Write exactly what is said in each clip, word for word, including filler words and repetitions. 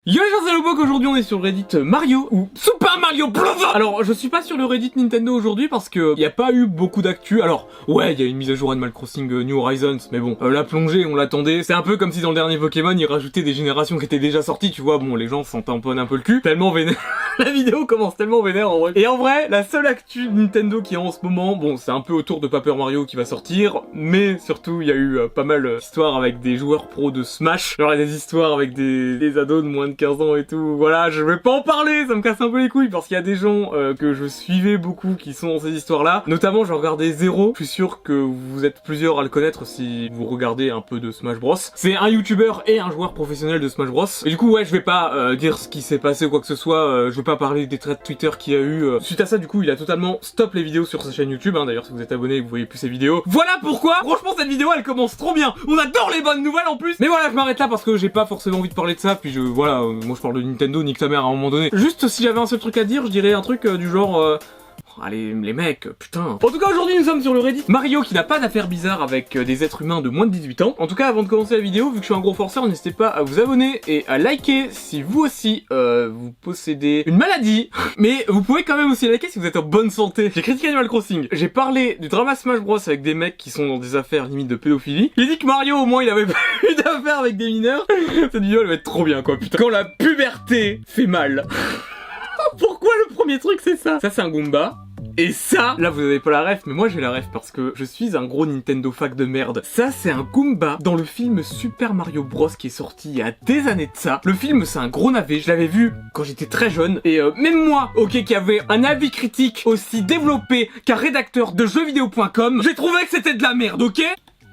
Yo les gens, c'est Lobok, aujourd'hui on est sur le Reddit Mario ou Super Mario Bros. Alors je suis pas sur le Reddit Nintendo aujourd'hui parce que y a pas eu beaucoup d'actu. Alors ouais, il y a une mise à jour Animal Crossing New Horizons, mais bon, euh, la plongée on l'attendait. C'est un peu comme si dans le dernier Pokémon ils rajoutaient des générations qui étaient déjà sorties, tu vois. Bon, les gens s'en tamponnent un peu le cul. Tellement vénère. La vidéo commence tellement vénère en vrai. Et en vrai, la seule actu de Nintendo qui est en ce moment, bon, c'est un peu autour de Paper Mario qui va sortir, mais surtout il y a eu euh, pas mal d'histoires avec des joueurs pros de Smash. Genre il y a des histoires avec des, des ados de moins de quinze ans et tout. Voilà, je vais pas en parler, ça me casse un peu les couilles parce qu'il y a des gens euh, que je suivais beaucoup qui sont dans ces histoires-là. Notamment, je regardais Zero. Je suis sûr que vous êtes plusieurs à le connaître si vous regardez un peu de Smash Bros. C'est un YouTuber et un joueur professionnel de Smash Bros. Et du coup, ouais, je vais pas euh, dire ce qui s'est passé ou quoi que ce soit. Euh, je vais pas parler des threads Twitter qu'il y a eu. Euh. Suite à ça, du coup, il a totalement stop les vidéos sur sa chaîne YouTube. Hein. D'ailleurs, si vous êtes abonné, vous voyez plus ses vidéos. Voilà pourquoi. Franchement, cette vidéo, elle commence trop bien. On adore les bonnes nouvelles en plus. Mais voilà, je m'arrête là parce que j'ai pas forcément envie de parler de ça. Puis je, voilà, euh, moi je parle de Nintendo, nique ta mère à un moment donné. Juste si j'avais un seul truc à dire, je dirais un truc euh, du genre... Euh... Allez, les mecs, putain. En tout cas, aujourd'hui, nous sommes sur le Reddit Mario qui n'a pas d'affaires bizarres avec euh, des êtres humains de moins de dix-huit ans. En tout cas, avant de commencer la vidéo, vu que je suis un gros forceur, n'hésitez pas à vous abonner et à liker si vous aussi, euh, vous possédez une maladie. Mais vous pouvez quand même aussi liker si vous êtes en bonne santé. J'ai critiqué Animal Crossing. J'ai parlé du drama Smash Bros avec des mecs qui sont dans des affaires limite de pédophilie. J'ai dit que Mario, au moins, il avait pas eu d'affaires avec des mineurs. Cette vidéo, elle va être trop bien, quoi, putain. Quand la puberté fait mal. Pourquoi le premier truc, c'est ça? Ça, c'est un Goomba. Et ça, là vous avez pas la ref, mais moi j'ai la ref parce que je suis un gros Nintendo fac de merde. Ça c'est un Goomba dans le film Super Mario Bros qui est sorti il y a des années de ça. Le film c'est un gros navet, je l'avais vu quand j'étais très jeune. Et euh, même moi, ok, qui avait un avis critique aussi développé qu'un rédacteur de jeux vidéo point com, j'ai trouvé que c'était de la merde, ok?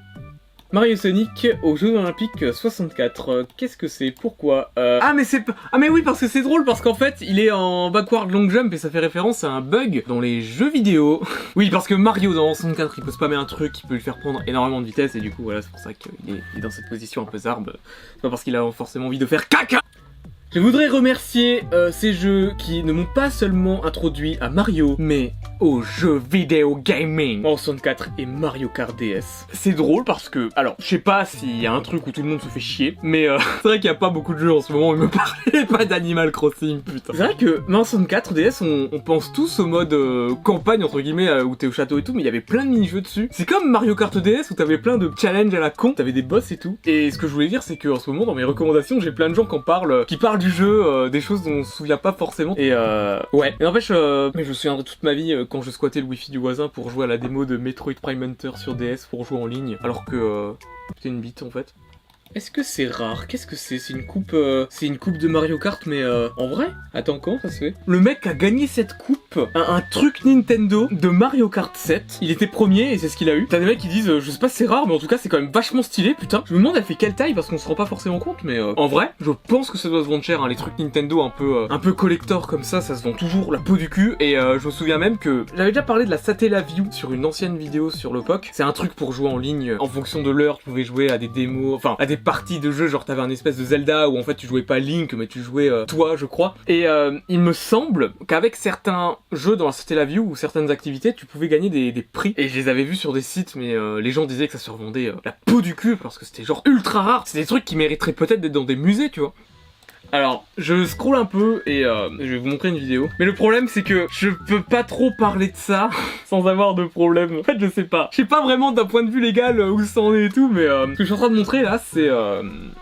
Mario Sonic aux Jeux Olympiques soixante-quatre. Euh, Qu'est-ce que c'est? Pourquoi euh... Ah mais c'est ah mais oui parce que c'est drôle parce qu'en fait il est en backward long jump et ça fait référence à un bug dans les jeux vidéo. Oui parce que Mario dans soixante-quatre il peut spammer un truc qui peut lui faire prendre énormément de vitesse et du coup voilà c'est pour ça qu'il est, il est dans cette position un peu zarbe. C'est pas parce qu'il a forcément envie de faire caca. Je voudrais remercier euh, ces jeux qui ne m'ont pas seulement introduit à Mario, mais aux jeux vidéo gaming. Mario soixante-quatre et Mario Kart D S. C'est drôle parce que, alors, je sais pas s'il y a un truc où tout le monde se fait chier, mais euh, c'est vrai qu'il y a pas beaucoup de jeux en ce moment où il me parlait pas d'Animal Crossing, putain. C'est vrai que Mario soixante-quatre D S, on, on pense tous au mode euh, campagne, entre guillemets, euh, où t'es au château et tout, mais il y avait plein de mini-jeux dessus. C'est comme Mario Kart D S où t'avais plein de challenges à la con, t'avais des boss et tout. Et ce que je voulais dire, c'est que en ce moment, dans mes recommandations, j'ai plein de gens qui en parlent, qui parlent du jeu, euh, des choses dont on se souvient pas forcément. Et euh... ouais. Et n'empêche, euh... mais je me souviendrai toute ma vie euh, quand je squattais le wifi du voisin pour jouer à la démo de Metroid Prime Hunter sur D S pour jouer en ligne, alors que euh... c'était une bite en fait. Est-ce que c'est rare? Qu'est-ce que c'est? C'est une coupe, euh, c'est une coupe de Mario Kart, mais euh, en vrai? Attends, comment ça se fait? Le mec a gagné cette coupe, un, un truc Nintendo de Mario Kart sept. Il était premier et c'est ce qu'il a eu. T'as des mecs qui disent, euh, je sais pas si c'est rare, mais en tout cas c'est quand même vachement stylé, putain. Je me demande elle fait quelle taille parce qu'on se rend pas forcément compte, mais euh, en vrai, je pense que ça doit se vendre cher. Hein, les trucs Nintendo un peu, euh, un peu collector comme ça, ça se vend toujours la peau du cul. Et euh, je me souviens même que j'avais déjà parlé de la Satellaview sur une ancienne vidéo sur le P O C. C'est un truc pour jouer en ligne en fonction de l'heure. Tu pouvais jouer à des démos, enfin à des parties de jeu, genre t'avais un espèce de Zelda où en fait tu jouais pas Link mais tu jouais euh, toi je crois. Et euh, il me semble qu'avec certains jeux dans la Satellaview ou certaines activités tu pouvais gagner des, des prix. Et je les avais vus sur des sites mais euh, les gens disaient que ça se revendait euh, la peau du cul parce que c'était genre ultra rare. C'est des trucs qui mériteraient peut-être d'être dans des musées tu vois. Alors, je scroll un peu et euh, je vais vous montrer une vidéo. Mais le problème c'est que je peux pas trop parler de ça sans avoir de problème. En fait je sais pas. Je sais pas vraiment d'un point de vue légal où ça en est et tout, mais euh, ce que je suis en train de montrer là c'est... Euh...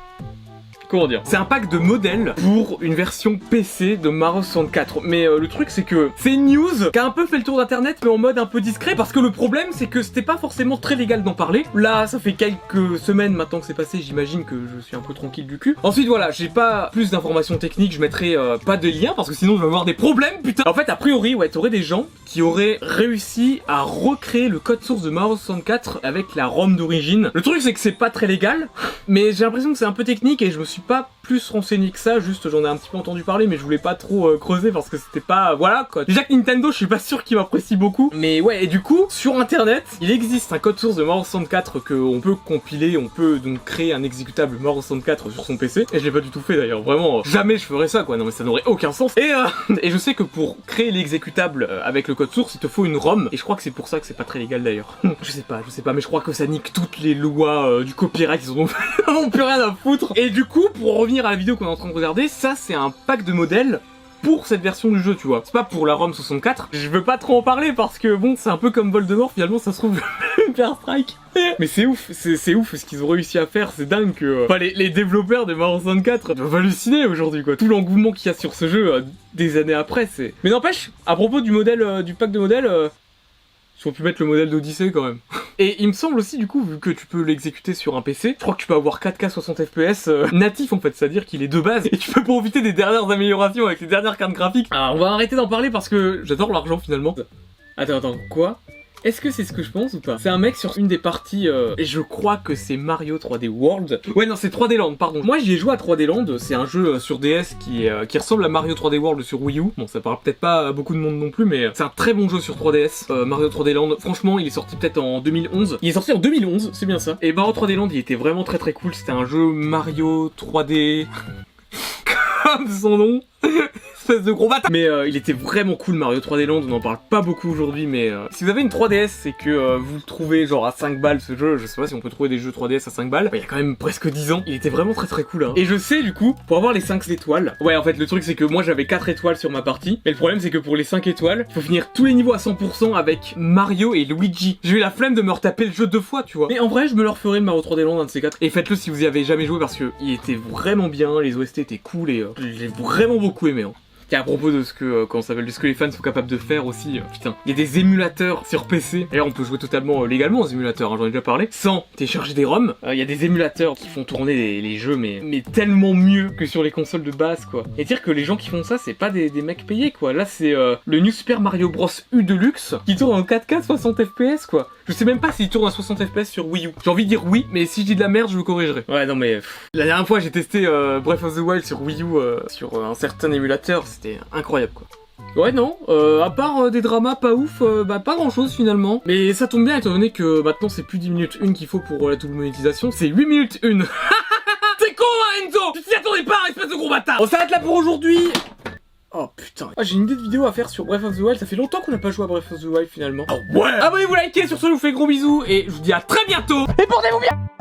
Comment dire? C'est un pack de modèles pour une version P C de Mario soixante-quatre. Mais euh, le truc c'est que c'est une news qui a un peu fait le tour d'internet mais en mode un peu discret parce que le problème c'est que c'était pas forcément très légal d'en parler. Là ça fait quelques semaines maintenant que c'est passé, j'imagine que je suis un peu tranquille du cul. Ensuite voilà, j'ai pas plus d'informations techniques, je mettrai euh, pas de lien parce que sinon je vais avoir des problèmes putain. En fait a priori ouais t'aurais des gens qui auraient réussi à recréer le code source de Mario soixante-quatre avec la ROM d'origine. Le truc c'est que c'est pas très légal mais j'ai l'impression que c'est un peu technique et je me suis pas plus renseigné que ça, juste j'en ai un petit peu entendu parler mais je voulais pas trop euh, creuser parce que c'était pas... voilà quoi. Déjà que Nintendo je suis pas sûr qu'il m'apprécie beaucoup. Mais ouais et du coup sur internet il existe un code source de Mario soixante-quatre qu'on peut compiler, on peut donc créer un exécutable Mario soixante-quatre sur son P C. Et je l'ai pas du tout fait d'ailleurs, vraiment euh, jamais je ferais ça quoi, non mais ça n'aurait aucun sens. Et, euh, et je sais que pour créer l'exécutable euh, avec le code source il te faut une ROM. Et je crois que c'est pour ça que c'est pas très légal d'ailleurs. Je sais pas, je sais pas mais je crois que ça nique toutes les lois euh, du copyright, ils en ont, ils en ont plus rien à foutre. Et du coup coup, pour revenir à la vidéo qu'on est en train de regarder, ça c'est un pack de modèles pour cette version du jeu, tu vois. C'est pas pour la ROM soixante-quatre. Je veux pas trop en parler parce que bon, c'est un peu comme Voldemort, finalement ça se trouve Hyper Strike. Mais c'est ouf, c'est ouf ce qu'ils ont réussi à faire, c'est dingue que... Enfin, les, les développeurs de Mario soixante-quatre doivent halluciner aujourd'hui, quoi. Tout l'engouement qu'il y a sur ce jeu euh, des années après, c'est... Mais n'empêche, à propos du modèle, euh, du pack de modèles... Euh... Ils ont pu mettre le modèle d'Odyssey quand même. Et il me semble aussi du coup, vu que tu peux l'exécuter sur un P C, je crois que tu peux avoir quatre K soixante F P S euh, natif en fait, c'est-à-dire qu'il est de base et tu peux profiter des dernières améliorations avec les dernières cartes graphiques. Alors on va arrêter d'en parler parce que j'adore l'argent finalement. Attends, attends, quoi ? Est-ce que c'est ce que je pense ou pas? C'est un mec sur une des parties, euh, et je crois que c'est Mario trois D World. Ouais non, c'est trois D Land, pardon. Moi j'y ai joué à trois D Land, c'est un jeu sur D S qui, est, euh, qui ressemble à Mario trois D World sur Wii U. Bon, ça parle peut-être pas à beaucoup de monde non plus, mais c'est un très bon jeu sur trois D S, euh, Mario trois D Land. Franchement, il est sorti peut-être en deux mille onze. Il est sorti en deux mille onze, c'est bien ça. Et Mario trois D Land, il était vraiment très très cool. C'était un jeu Mario trois D... comme son nom. Espèce de gros bâtard. Mais euh, il était vraiment cool Mario trois D Land, on en parle pas beaucoup aujourd'hui, mais euh, si vous avez une trois D S et que euh, vous le trouvez genre à cinq balles ce jeu, je sais pas si on peut trouver des jeux trois D S à cinq balles, bah, il y a quand même presque dix ans, il était vraiment très très cool hein. Et je sais du coup, pour avoir les cinq étoiles, ouais en fait le truc c'est que moi j'avais quatre étoiles sur ma partie, mais le problème c'est que pour les cinq étoiles, il faut finir tous les niveaux à cent pour cent avec Mario et Luigi. J'ai eu la flemme de me retaper le jeu deux fois tu vois. Mais en vrai je me le referai le Mario trois D Land un de ces quatre. Et faites-le si vous y avez jamais joué parce que il était vraiment bien, les O S T étaient cool et euh, j'ai vraiment beaucoup aimé hein. Et à propos de ce que, euh, comment ça s'appelle, de ce que les fans sont capables de faire aussi, euh, putain, il y a des émulateurs sur P C, d'ailleurs on peut jouer totalement euh, légalement aux émulateurs, hein, j'en ai déjà parlé, sans télécharger des ROM, il euh, y a des émulateurs qui font tourner les, les jeux, mais, mais tellement mieux que sur les consoles de base, quoi. Et dire que les gens qui font ça, c'est pas des, des mecs payés, quoi. Là c'est euh, le New Super Mario Bros U Deluxe, qui tourne en quatre K soixante F P S, quoi. Je sais même pas s'il tourne à soixante F P S sur Wii U. J'ai envie de dire oui, mais si je dis de la merde, je le corrigerai. Ouais, non mais... Pff. La dernière fois, j'ai testé euh, Breath of the Wild sur Wii U, euh, sur euh, un certain émulateur, c'était incroyable, quoi. Ouais non, euh, à part euh, des dramas pas ouf, euh, bah pas grand chose finalement. Mais ça tombe bien étant donné que maintenant c'est plus dix minutes une qu'il faut pour euh, la double monétisation, c'est huit minutes une. C'est con hein Enzo. Tu t'y attendais pas, espèce de gros bâtard. On s'arrête là pour aujourd'hui. Oh putain. Ah, j'ai une idée de vidéo à faire sur Breath of the Wild, ça fait longtemps qu'on n'a pas joué à Breath of the Wild finalement. Oh ouais. Abonnez-vous, likez, sur ce je vous fais gros bisous et je vous dis à très bientôt. Et portez-vous bien.